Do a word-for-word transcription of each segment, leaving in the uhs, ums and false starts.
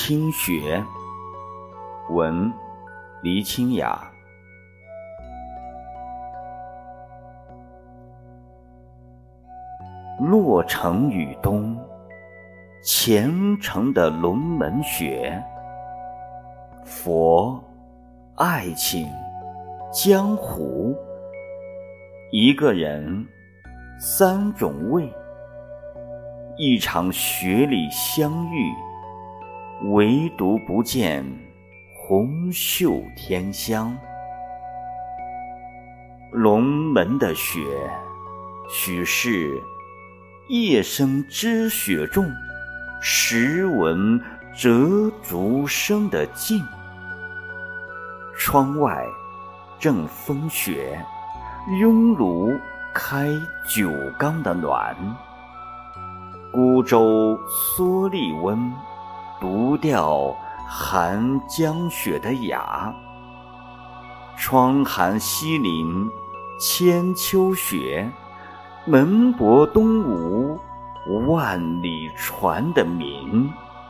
听雪，文黎清雅。洛城雨冬，虔诚的龙门雪。佛、爱情、江湖，一个人，三种味。一场雪里相遇，唯独不见红袖添香。龙门的雪，许是夜深知雪重，时闻折竹声的静。窗外正风雪，拥炉开酒缸的暖。孤舟蓑笠温，独钓寒江雪的雅。窗含西林千秋雪，门泊东吴万里船的名。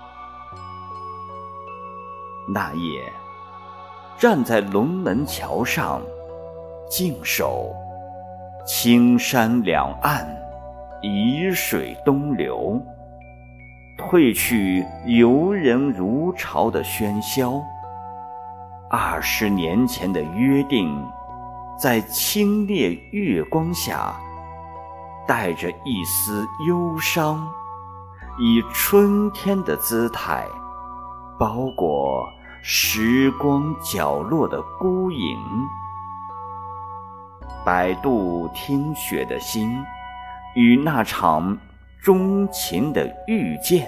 那夜站在龙门桥上，静守青山两岸，沂水东流，褪去游人如潮的喧嚣。二十年前的约定，在清冽月光下，带着一丝忧伤，以春天的姿态包裹时光角落的孤影。摆渡听雪的心，与那场钟情的遇见。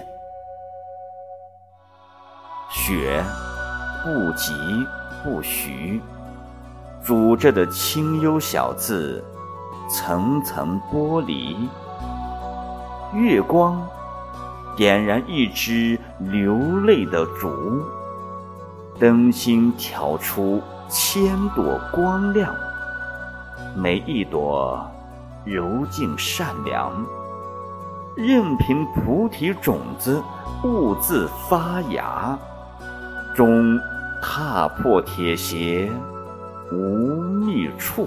雪不急不徐，煮着的清幽小字，层层剥离。月光点燃一支流泪的烛，灯芯挑出千朵光亮，每一朵柔净善良，任凭菩提种子兀自发芽，终踏破铁鞋无觅处。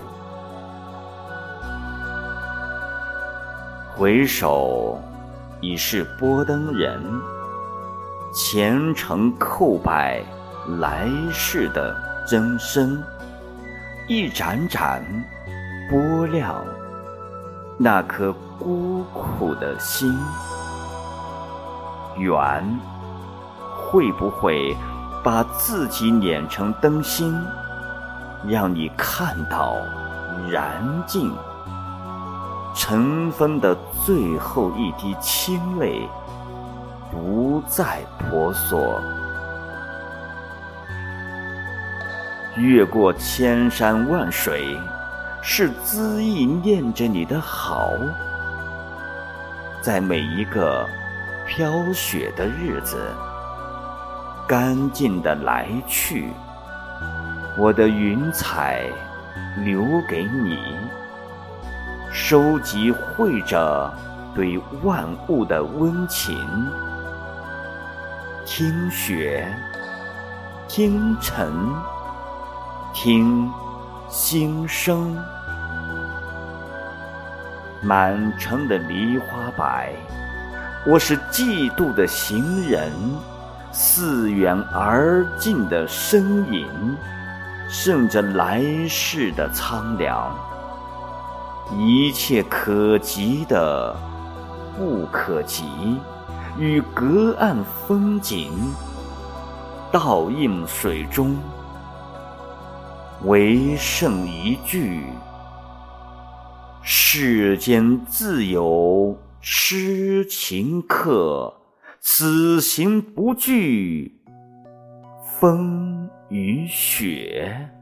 回首已是拨灯人，虔诚叩拜来世的真身，一盏盏拨亮那颗孤苦的心。缘会不会把自己碾成灯芯，让你看到燃尽？尘封的最后一滴清泪，不再婆娑。越过千山万水，是恣意念着你的好。在每一个飘雪的日子，干净的来去，我的云彩留给你，收集绘着对万物的温情。听雪，听尘，听心声。满城的梨花白，我是嫉妒的行人，似远而近的身影，渗着来世的苍凉。一切可及的不可及，与隔岸风景倒映水中，唯剩一句：世间自有痴情客，此行不惧风与雪。